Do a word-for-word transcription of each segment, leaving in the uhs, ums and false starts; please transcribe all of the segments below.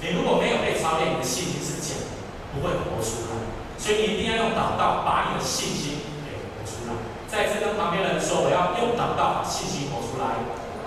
你如果没有被操练，你的信心是假的，不会活出来。所以你一定要用祷告把你的信心给活出来。再次跟旁边的人说，我要用祷告把信心活出来。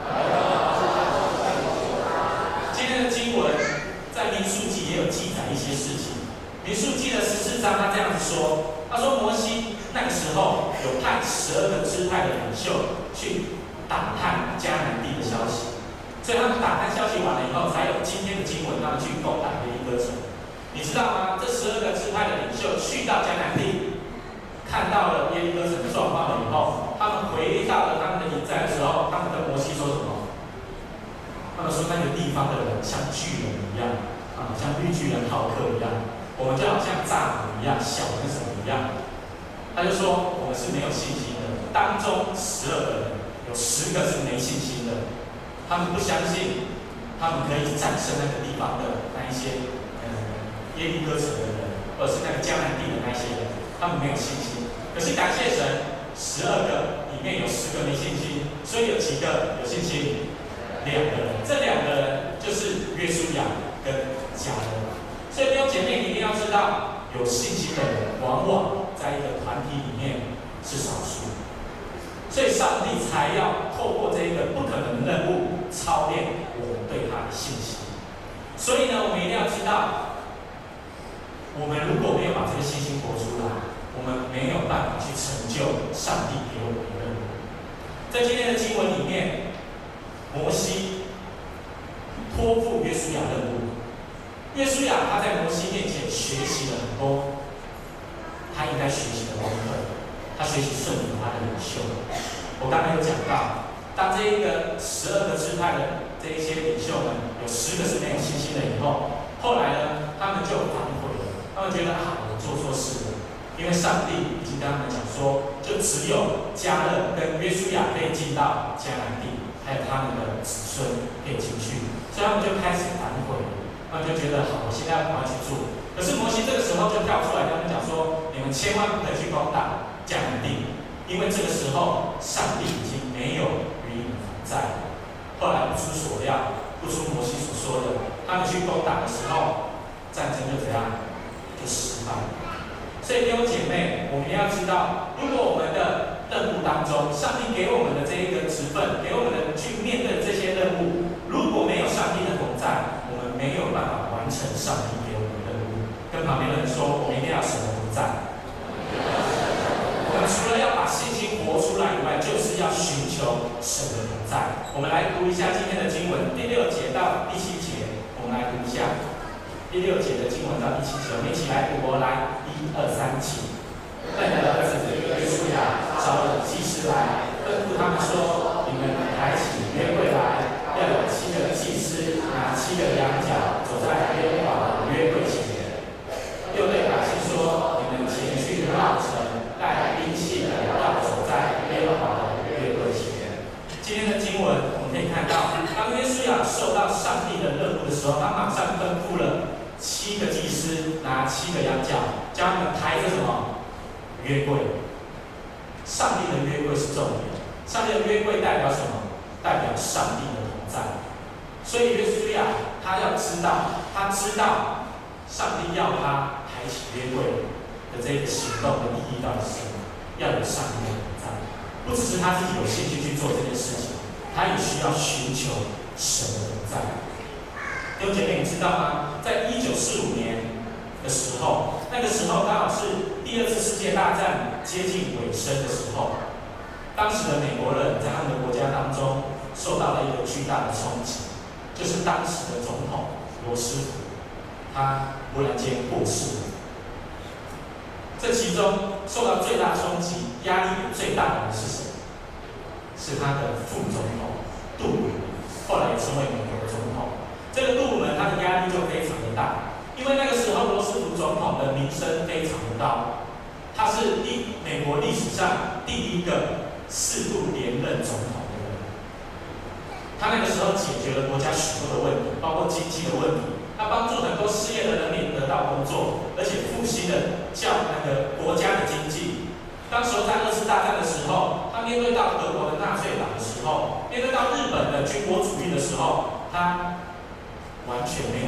今天的经文在民数记也有记载一些事情。民数记的十四章，他这样子说：他说摩西那个时候有派十二个支派的领袖去打探迦南地的消息，所以他们打探消息完了以后，才有今天的经文，他们去攻打耶利哥城。你知道吗？这十二个支派的领袖去到迦南地，看到了耶利哥城的状况了以后，他们回到了他们的营寨的时候，他们跟摩西说什么？他们说那个地方的人像巨人一样，啊，像绿巨人浩克一样，我们就好像蚱蜢一样，小跟什么一样。他就说我们是没有信心的，当中十二个人有十个是没信心的，他们不相信他们可以战胜那个地方的那一些呃耶利哥城的人，或者是那个迦南地的那些人，他们没有信心。可是感谢神，十二个里面有十个没信心，所以有几个有信心？两个人，这两个人就是约书亚跟迦勒。所以弟兄姐妹，你一定要知道，有信心的人往往在一个团体里面是少数，所以上帝才要透过这一个不可能的任务操练我们对他的信心。所以呢，我们一定要知道，我们如果没有把这个信心活出来，我们没有办法去成就上帝给我们的任务。在今天的经文里面，摩西托付约书亚任务。约书亚他在摩西面前学习了很多他应该学习的功课，他学习顺服他的领袖。我刚才有讲到，当这一个十二个支派的这一些领袖们有十个是没有信心的以后，后来呢，他们就反悔了，他们觉得啊，我做错事了，因为上帝已经跟他们讲说，就只有迦勒跟约书亚可以进到迦南地。还有他们的子孙可以进去，所以他们就开始反悔，他们就觉得好，我现在要赶快去做。可是摩西这个时候就跳出来跟他们讲说：你们千万不可以去攻打迦南地，因为这个时候上帝已经没有与你们同在。后来不出所料，不出摩西所说的，他们去攻打的时候，战争就怎样，就失败了。所以弟兄姐妹，我们要知道，如果我们的任务当中，上帝给我们的这一个职分，给我们的去面对这些任务，如果没有上帝的同在，我们没有办法完成上帝给我们的任务。跟旁边的人说，我们一定要神的同在。我们除了要把信心活出来以外，就是要寻求神的同在。我们来读一下今天的经文，第六节到第七节，我们来读一下。第六节的经文到第七节，我们一起来读。我来，一二三，起。嫩的儿子约书亚招了祭司来，吩咐他们说：你们抬起约柜来，要有七个祭司拿七个羊角，走在耶和华的约柜前。又对百姓说：你们前去绕城，带兵器的要走在耶和华的约柜前。今天的经文我们可以看到，当约书亚受到上帝的任务的时候，他马上吩咐了七个祭司拿七个羊角，叫他们抬着什么？约柜。上帝的约柜是重点，上帝的约柜代表什么？代表上帝的同在。所以约书亚他要知道，他知道上帝要他抬起约柜的这个行动的意义到底是什么？要有上帝的同在，不只是他自己有兴趣去做这件事情，他也需要寻求神的同在。弟兄姐妹，你知道吗？在一九四五年的时候，那个时候刚好是第二次世界大战接近尾声的时候，当时的美国人在他们的国家当中受到了一个巨大的冲击，就是当时的总统罗斯福，他忽然间过世了。这其中受到最大冲击、压力也最大的人是谁？是他的副总统杜鲁门，后来也成为美国的总统。这个杜鲁门他的压力就非常的大。因为那个时候罗斯福总统的名声非常的高，他是历美国历史上第一个四度连任总统的人。他那个时候解决了国家许多的问题，包括经济的问题，他帮助很多失业的人民得到工作，而且复兴了教那个国家的经济。当时在二次大战的时候，他面对到德国的纳粹党的时候，面对到日本的军国主义的时候，他完全没有任何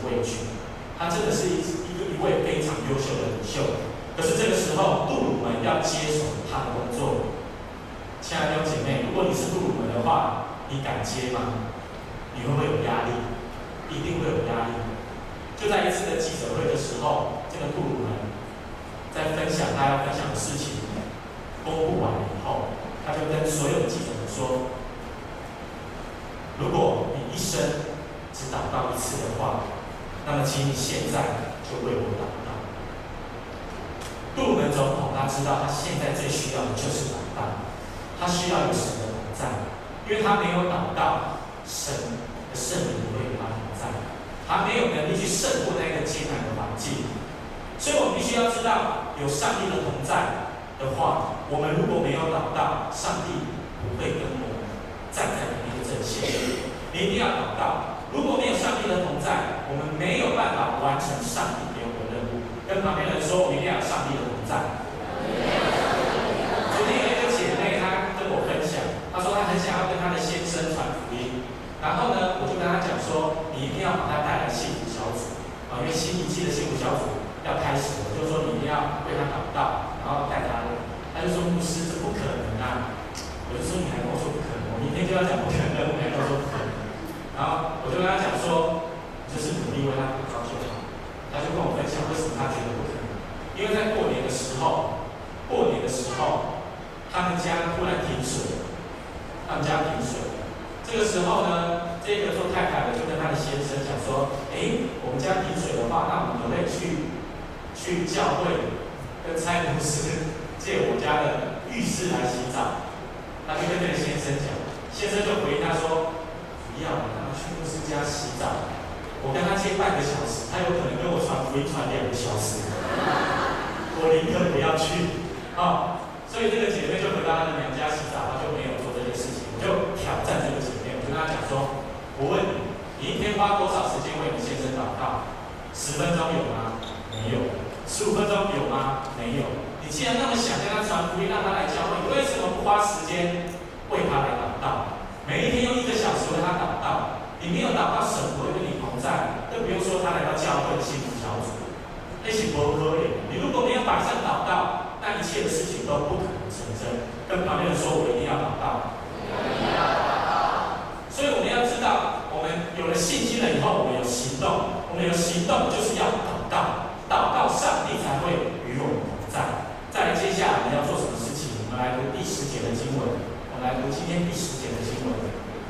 畏惧。他真的是一一个一位非常优秀的领袖。可是这个时候，杜鲁门要接手他的工作。亲爱的弟兄姐妹，如果你是杜鲁门的话，你敢接吗？你会不会有压力？一定会有压力。就在一次的记者会的时候，这个杜鲁门在分享他要分享的事情公布完了以后，他就跟所有的记者们说：如果你一生只祷告一次的话，那么请你现在就为我祷告。杜鲁门总统他知道他现在最需要的就是祷告，他需要有神的同在，因为他没有祷告，神的圣灵不会与他同在，他没有能力去胜过那个艰难的环境。所以我们必须要知道，有上帝的同在的话，我们如果没有祷告，上帝不会跟我们站在同一个阵线。你一定要祷告。如果没有上帝的同在，我们没有办法完成上帝给我们的任务。跟旁边人说，我们一定要有上帝的同在。昨天有一个姐妹，她跟我分享，她说她很想要跟她的先生传福音，然后呢，我就跟她讲说，你一定要把她带来幸福小组啊，因为新一季的幸福小组要开始了，就是说你一定要为她祷告，然后带她。她就说牧师，这不可能啊！我就说你还跟我说不可能，我明天就要讲不可能，我还跟我说不可能。然后我就跟她讲说，就是努力为她祷告就好。他就跟我分享为什么他觉得不可能，因为在过年的时候，过年的时候，他们家突然停水，他们家停水。这个时候呢，这个做太太的就跟他的先生讲说：“哎，我们家停水的话，那我们可不可以去去教会跟蔡牧师借我家的浴室来洗澡？”他就跟那个先生讲，先生就回应他说：“不要，让他去牧师家洗澡。”我跟他借半个小时，他有可能跟我传福音传两个小时，我宁可不要去。哦，所以这个姐妹就回到她的娘家洗澡，她就没有做这件事情。我就挑战这个姐妹，我就跟她讲说：我问你，你一天花多少时间为你先生祷告？十分钟有吗？没有。十五分钟有吗？没有。你既然那么想跟他传福音，让他来教会，你为什么不花时间为他来祷告？每一天用一个小时为他祷告。你没有祷告，神不会跟你同在，更不用说他来到教会的幸福小组，那是不可能。你如果没有马上祷告，那一切的事情都不可能成真。跟旁边人说，我一定要祷告。所以我们要知道，我们有了信心了以后，我们有行动，我们有行动就是要祷告，祷告上帝才会与我们同在。再来，接下来我们要做什么事情？我们来读第十节的经文，我们来读今天第十节的经文。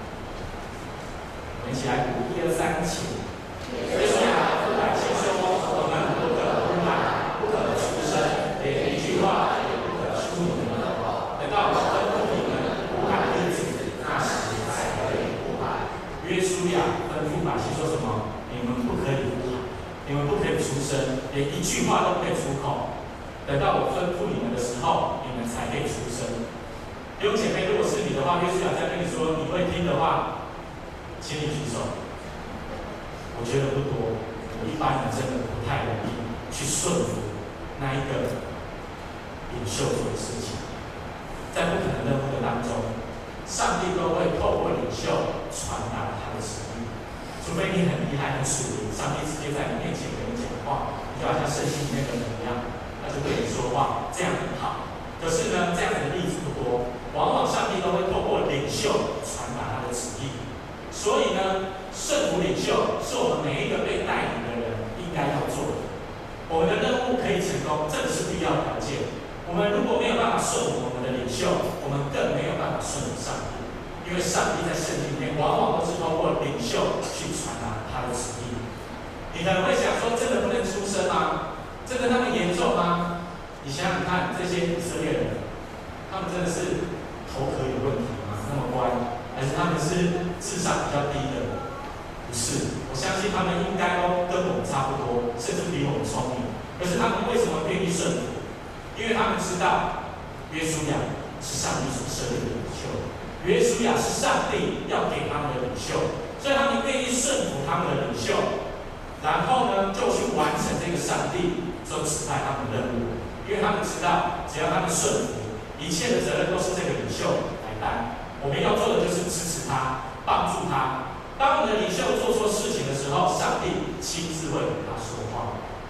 我们一起来读一二三起。耶稣啊，对百姓说，我们不可呼喊，不可出声，连一句话也不可出你们的口。等到我吩咐你们呼喊的日子，那时才可以呼喊。约书亚吩咐百姓说什么？你们不可以呼喊，你们不可以出声，连一句话都不可以出口。等到我吩咐你们的时候，你们才可以出声。弟兄姐妹，如果是你的话，约书亚在跟你说，你会听的话，请你举手。我觉得不多，我一般人真的不太容易去顺服那一个领袖做的事情。在不可能任务的当中，上帝都会透过领袖传达他的旨意。除非你很厉害、很属灵，上帝直接在你面前跟你讲话，你就好像圣经里面的人一样，他就对你说话，这样很好。可是呢，这样的例子不多，往往上帝都会透过领袖传达他的旨意。所以呢，圣徒领袖是我们每一个被带领的人应该要做的。我们的任务可以成功，这个是必要条件。我们如果没有办法顺服我们的领袖，我们更没有办法顺服上帝。因为上帝在圣经里面往往都是透过领袖去传达他的旨意。你可能会想说，真的不能出声吗？真的那么严重吗？你想想看，这些以色列人，他们真的是头壳有问题吗？那么乖？还是他们是智商比较低的？不是，我相信他们应该都跟我们差不多，甚至比我们聪明。可是他们为什么愿意顺服？因为他们知道约书亚是上帝所设立的领袖，约书亚是上帝要给他们的领袖，所以他们愿意顺服他们的领袖，然后呢，就去完成这个上帝所指派他们的任务。因为他们知道，只要他们顺服，一切的责任都是这个领袖来担。我们要做的就是支持他，帮助他。当我们的领袖做错事情的时候，上帝亲自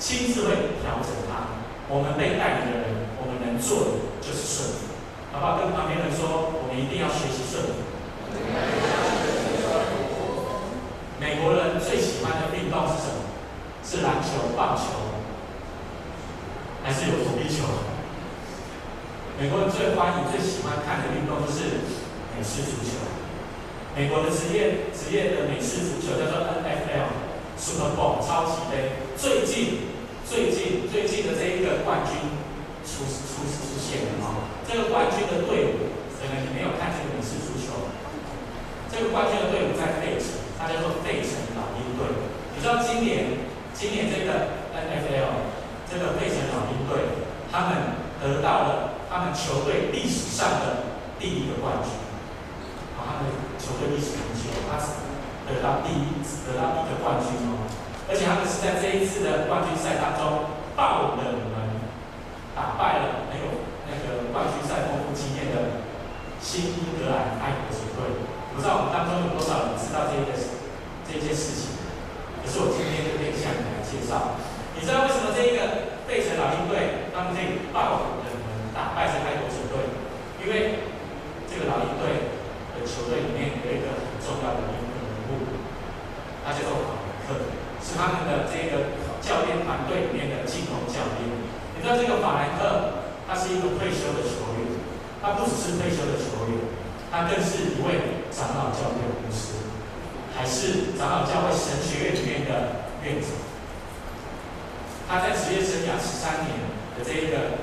亲自会调整它。我们被带领的人，我们能做的就是顺服，好不好？跟旁边人说，我们一定要学习顺服。美国人最喜欢的运动是什么？是篮球、棒球，还是有躲避球？美国人最欢迎、最喜欢看的运动就是美式足球。美国的职业职业的美式足球叫做 N F L。Super Bowl 超级杯，最近最近最近的这一个冠军出出出现了哦。这个冠军的队伍，可能你没有看这个美式足球。这个冠军的队伍在费城，它叫做费城老鹰队。你知道今年今年这个 N F L 这个费城老鹰队，他们得到了他们球队历史上的第一个冠军。啊，他们球队历史很久，他得到第一，得到一个冠军哦，而且他们是在这一次的冠军赛当中爆冷门，打败了没有那个冠军赛丰富经验的新英格兰爱国者队。不知道我们当中有多少人知道这个这件事情？可是我今天就可以向你来介绍。你知道为什么这一个费城老鹰队他们可以爆冷门打败这个爱国者队？因为这个老鹰队的球队里面有一个很重要的一个人物，他叫做法兰克，是他们的这个教练团队里面的进攻教练。你知道这个法兰克，他是一个退休的球员，他不只是退休的球员，他更是一位长老教会牧师，还是长老教会神学院里面的院长。他在职业生涯十三年的这一个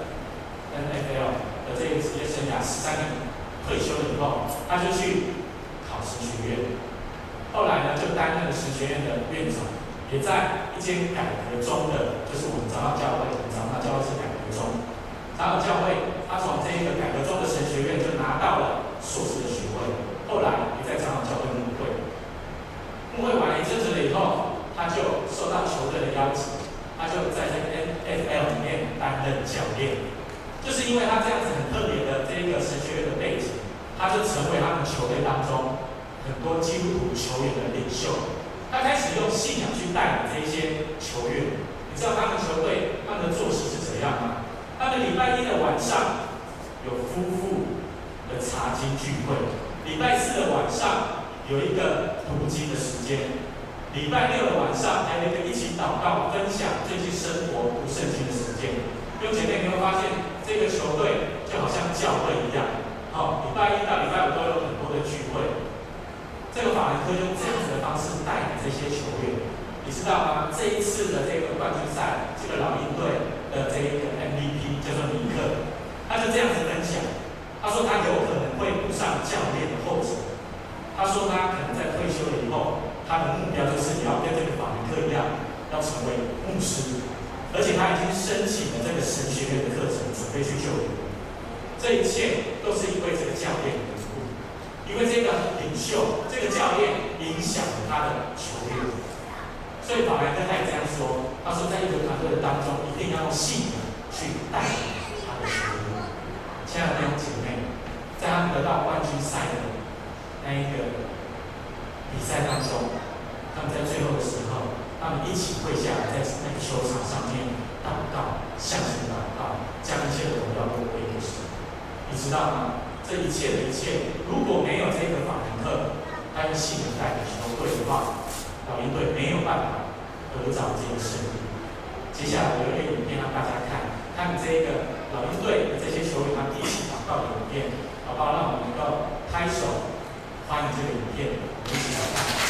N F L 的这个职业生涯十三年退休了以后，他就去考神学院。后来呢，就担任了神学院的院长，也在一间改革中的，就是我们长老教会，长老教会是改革中，长老教会，他从这一个改革中的神学院就拿到了硕士的学位，后来也在长老教会牧会，牧会完了一阵子了以后，他就受到球队的邀请，他就在这个 N F L 里面担任教练，就是因为他这样子很特别的这个神学院的背景，他就成为他们球队当中很多基督徒球员的领袖。他开始用信仰去带领这一些球员。你知道他们球队他们的作息是怎样吗？他们礼拜一的晚上有夫妇的查经聚会，礼拜四的晚上有一个读经的时间，礼拜六的晚上还有一个一起祷告、分享最近生活、读圣经的时间。弟兄姐妹，你会发现这个球队就好像教会一样，好、哦，礼拜一到礼拜五都有很多的聚会。这个法兰克用这样子的方式带领这些球员，你知道吗？这一次的这个冠军赛，这个老鹰队的这一个 M V P 叫做尼克，他就这样子分享，他说他有可能会步上教练的后尘，他说他可能在退休了以后，他的目标就是也要跟这个法兰克一样，要成为牧师，而且他已经申请了这个神学院的课程，准备去就读。这一切都是因为这个教练的缘故，因为这个领袖、这个教练影响了他的球员。所以法兰克他也这样说，他说在一个团队的当中，一定要用信仰去带领他的球员。亲爱的弟兄姐妹，在他们得到冠军赛的那一个比赛当中，他们在最后的时候，他们一起跪下来，在那个球场上面祷告，向神祷告，将一切的荣耀都归给神。你知道吗？这一切的一切，如果没有这个法兰克，他用信仰带领球队的话，老鹰队没有办法得着这个胜利。接下来我有一个影片让大家看，看这个老鹰队的这些球员他们一起祷告的影片，好不好？让我们能够拍手欢迎这个影片，我们一起来看。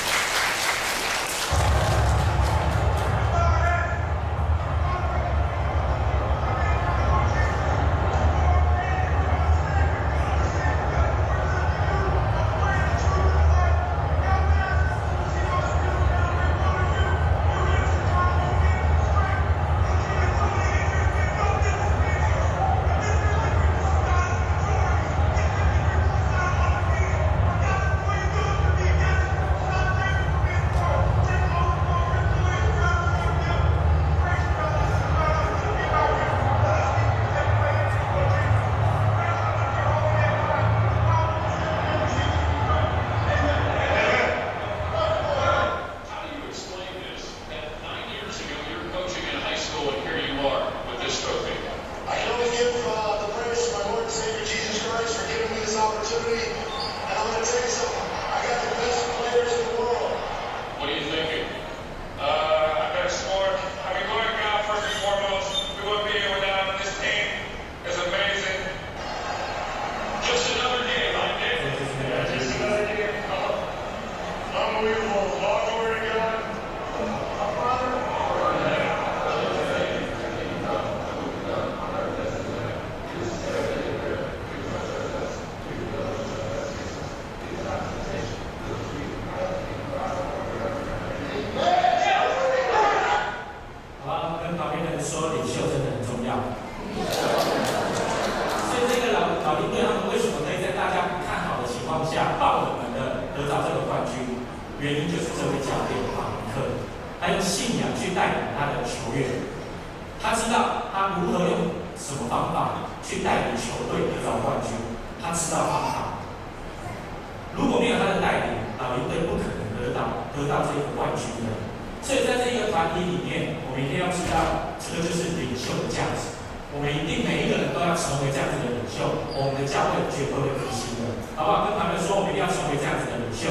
信仰去带领他的球员，他知道他如何用什么方法去带领球队得到冠军，他知道方法。如果没有他的带领，老鹰队不可能得到得到这个冠军的。所以在这一个团体里面，我们一定要知道，这个就是领袖的价值。我们一定每一个人都要成为这样子的领袖，我们的教会绝不会复兴的，好不好？跟旁边说，我们一定要成为这样子的领袖。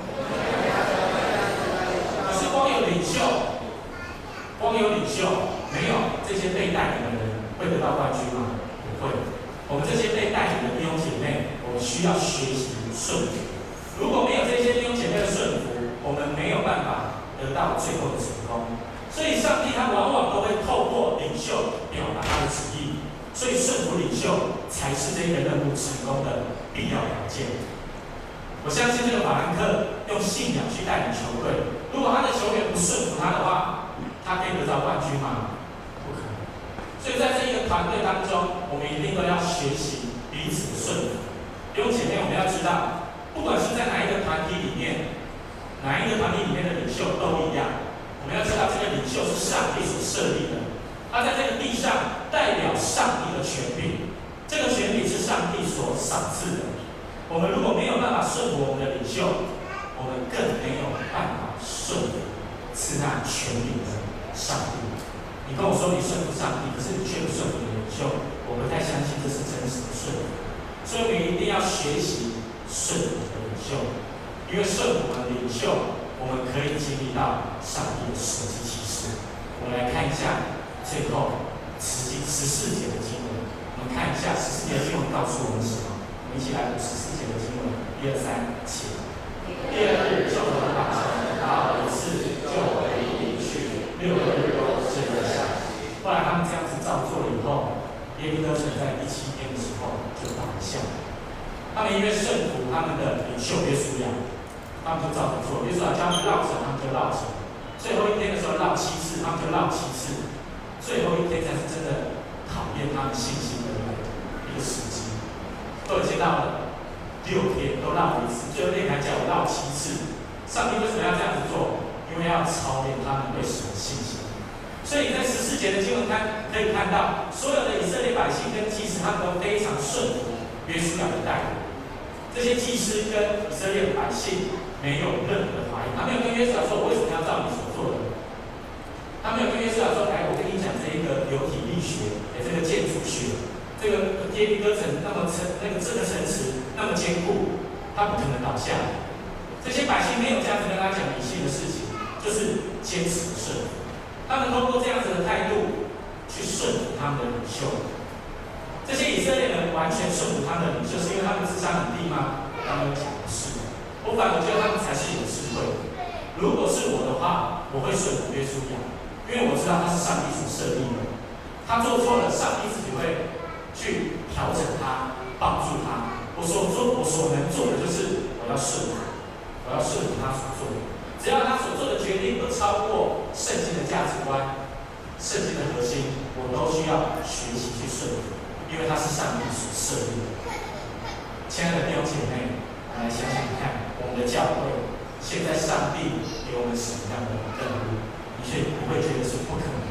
可是光有领袖，光有领袖，没有这些被带领的人，会得到冠军吗？不会。我们这些被带领的弟兄姐妹，我们需要学习顺服。如果没有这些弟兄姐妹的顺服，我们没有办法得到最后的成功。所以，上帝他往往都会透过领袖表达他的旨意，所以顺服领袖才是这个任务成功的必要条件。我相信这个法兰克用信仰去带领球队，如果他的球员不顺服他的话，他可以得到冠军吗？不可能。所以在这一个团队当中，我们一定都要学习彼此的顺服。弟兄姐妹，我们要知道，不管是在哪一个团体里面，哪一个团体里面的领袖都一样。我们要知道，这个领袖是上帝所设立的，他在这个地上代表上帝的权柄，这个权柄是上帝所赏赐的。我们如果没有办法顺服我们的领袖，我们更没有办法顺服赐那权柄的上帝。你跟我说你顺服上帝，可是你却不顺服你的领袖，我不太相信这是真实的顺服。所以我们一定要学习顺服的领袖，因为顺服的领袖，我们可以经历到上帝的神迹奇事。我们来看一下最后十几十四节的经文。我们看一下十四节的经文告诉我们什么？我们一起来读十四节的经文，一二三，起。第二日，就和打城打一次，就回营去，六个日都是在下。后来他们这样子照做了以后，耶利哥城在第七天的时候就倒下。他们因为顺服他们的领袖约书亚。他们就照着做，比如说叫他们绕城，他们就绕城。最后一天的时候绕七次，他们就绕七次。最后一天才是真的考验他们信心的一个一个时机。都已经到了六天，都绕了一次，最后那天还叫我绕七次。上帝为什么要这样子做？因为要操练他们对神的信心。所以在十四节的经文看可以看到，所有的以色列百姓跟祭司，他们都非常顺服约书亚的带领。这些祭司跟以色列百姓没有任何的怀疑，他没有跟约书亚说：“我为什么要照你所做的？”他没有跟约书亚说：“来，我跟你讲这一个流体力学，这个建筑学，这个耶利哥城那么城那个这个城池那么坚固，它不可能倒下。”这些百姓没有这样子跟他讲理性的事情，就是坚持的顺服。他们通过这样子的态度去顺服他们的领袖。这些以色列人完全顺服他们的领袖，是因为他们智商很低吗？我刚刚讲的是。我反而觉得他们才是有智慧。如果是我的话，我会顺服约书亚，因为我知道他是上帝所设立的。他做错了，上帝自己会去调整他，帮助他。我所做，我所能做的就是我要顺服，我要顺服他所做的。只要他所做的决定不超过圣经的价值观、圣经的核心，我都需要学习去顺服，因为他是上帝所设立的。亲爱的弟兄姐妹，我们来想想看，我们的教会现在上帝给我们什么样的任务？你却不会觉得是不可能。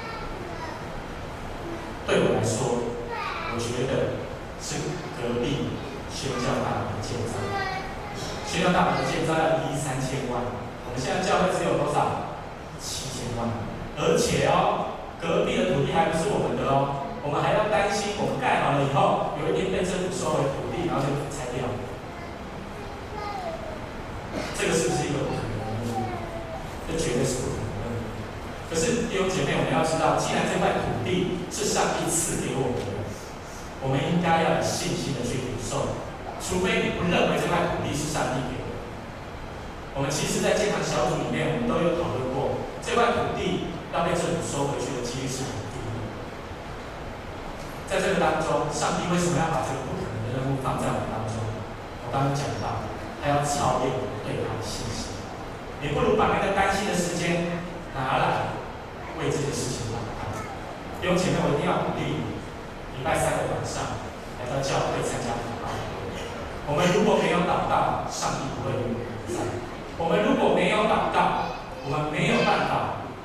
对我来说，我觉得是隔壁宣教大门的建造。宣教大门的建造要一亿三千万，我们现在教会只有多少？七千万，而且哦，隔壁的土地还不是我们的哦，我们还要担心我们盖好了以后，有一天被政府收回土地，然后就拆掉。这个是不是一个不可能的任务？这绝对是不可能的任务。可是弟兄姐妹，我们要知道，既然这块土地是上帝赐给我们的，我们应该要有信心的去领受。除非你不认为这块土地是上帝给的。我们其实，在建堂小组里面，我们都有讨论过，这块土地要被政府收回去的几率是很低的。在这个当中，上帝为什么要把这个不可能的任务放在我们当中？我刚刚讲到，他要操练我们对他的信心。你不如把那个担心的时间拿来为这件事情祷告。弟兄姐妹，我一定要鼓励你，礼拜三的晚上来到教会参加祷告会。我们如果没有祷告，上帝不会与我们同在。我们如果没有祷告，我们没有办法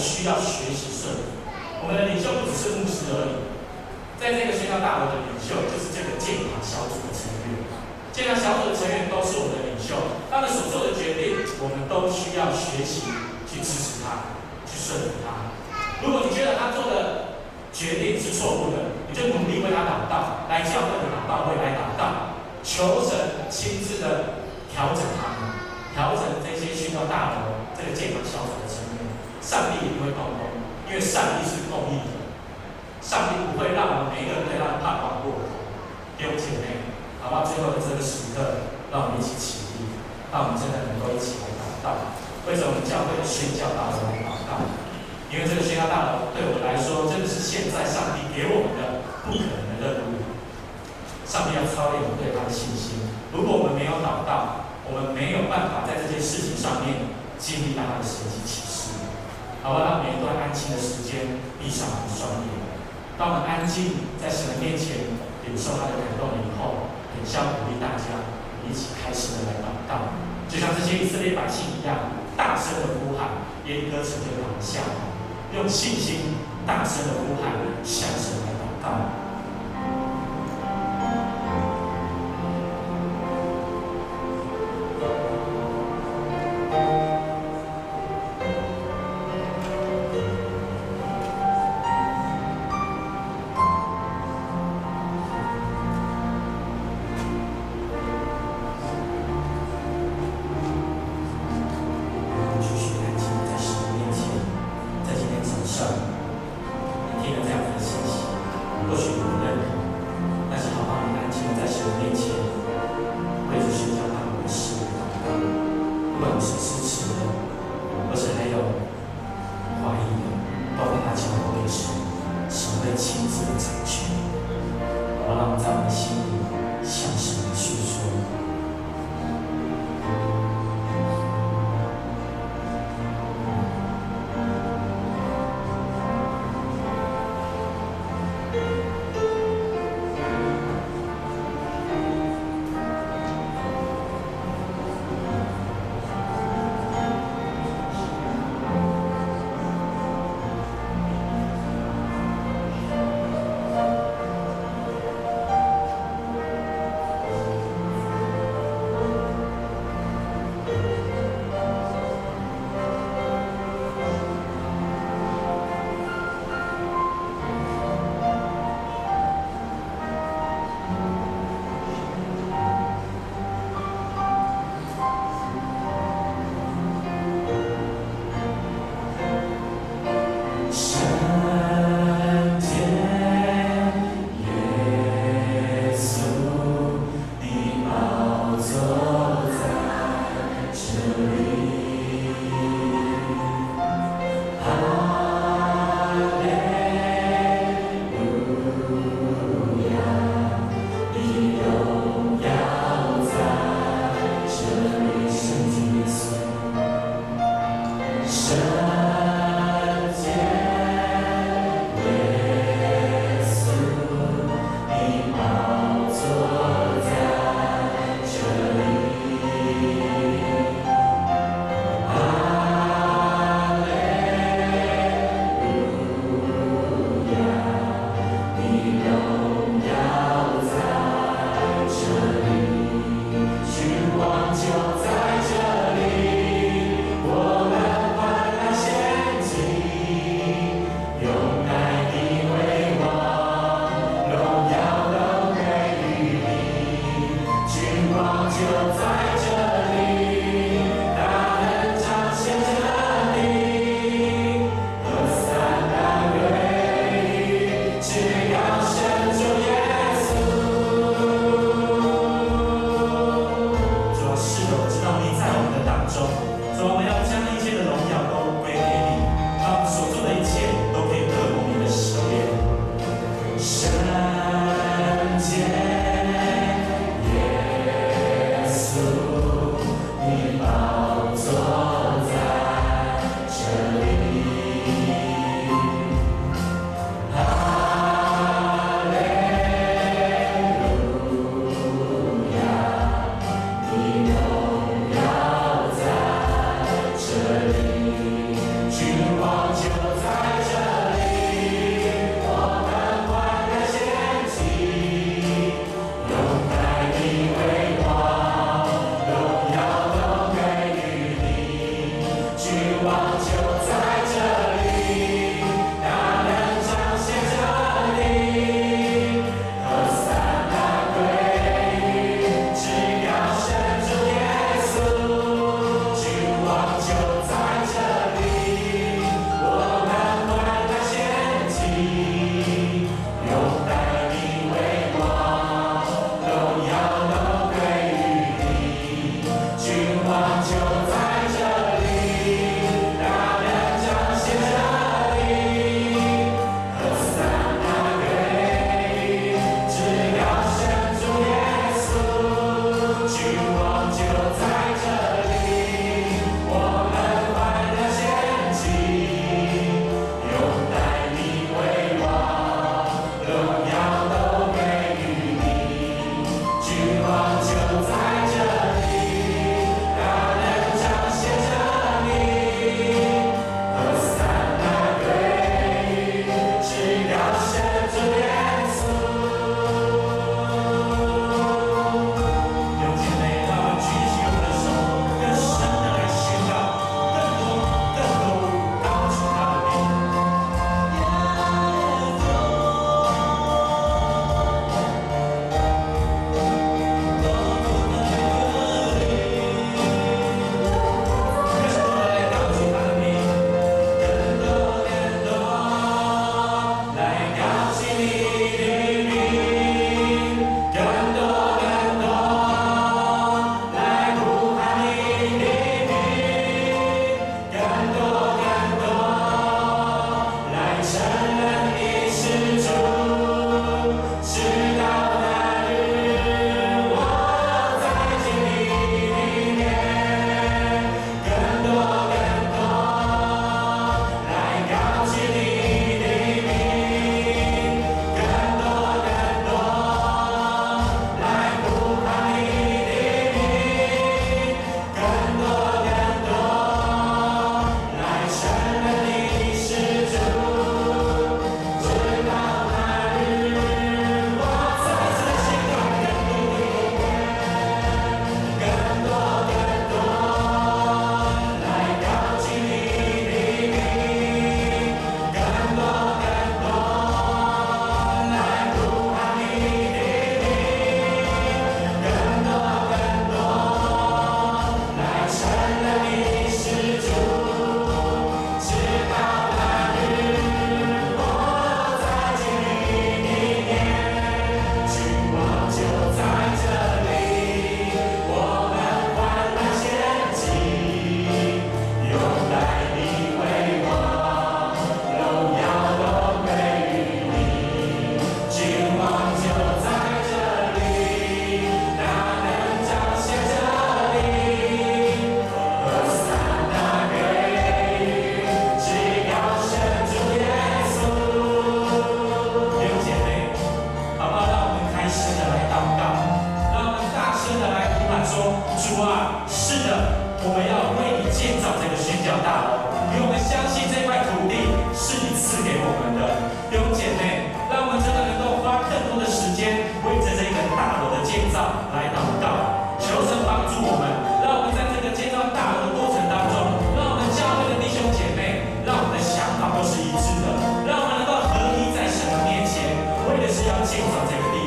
需要学习顺服。我们的领袖不只是牧师而已，在这个宣教大楼的领袖就是这个建堂小组的成员。建堂小组的成员都是我们的领袖，他们所做的决定，我们都需要学习去支持他，去顺服他。如果你觉得他做的决定是错误的，你就努力为他祷告，来教会的祷告会来祷告，求神亲自的调整他们，调整这些宣教大楼这个建堂小组的成员。上帝也不会动工，因为上帝是公义的，上帝不会让我们每一个人对他的盼望过头。弟兄姐妹，好不好？最后的这个时刻，让我们一起起立，让我们真的能够一起来祷告，为着我们教会的宣教大楼来祷告。因为这个宣教大楼对我们来说，真的是现在上帝给我们的不可能的任务。上帝要操练我们对他的信心。如果我们没有祷告，我们没有办法在这件事情上面经历到他的神迹奇事。好吧，让我们一段安静的时间，闭上我们的双眼。当我们安静在神的面前领受他的感动以后，很想鼓励大家，我们一起开始的来祷告，就像这些以色列百姓一样，大声的呼喊，耶利哥城就倒下来，用信心大声的呼喊，向神来祷告。或许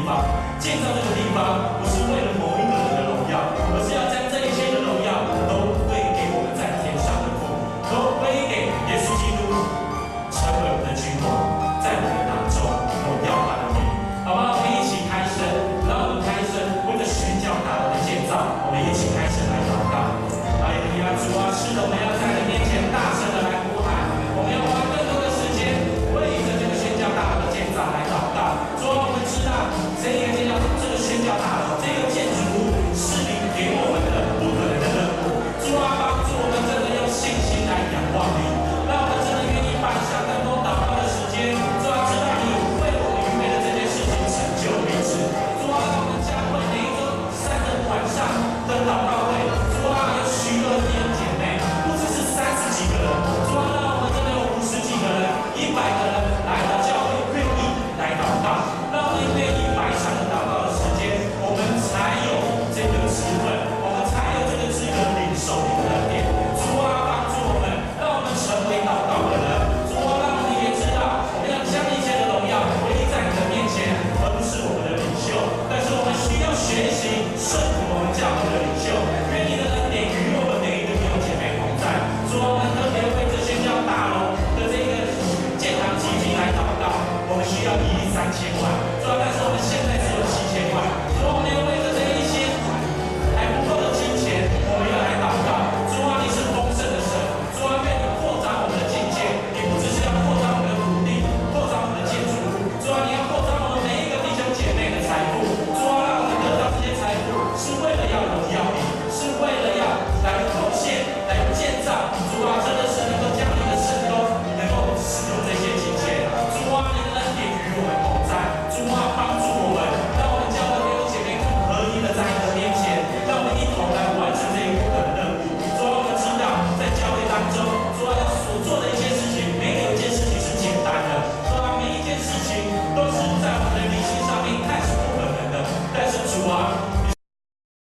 方，建造这个地方不是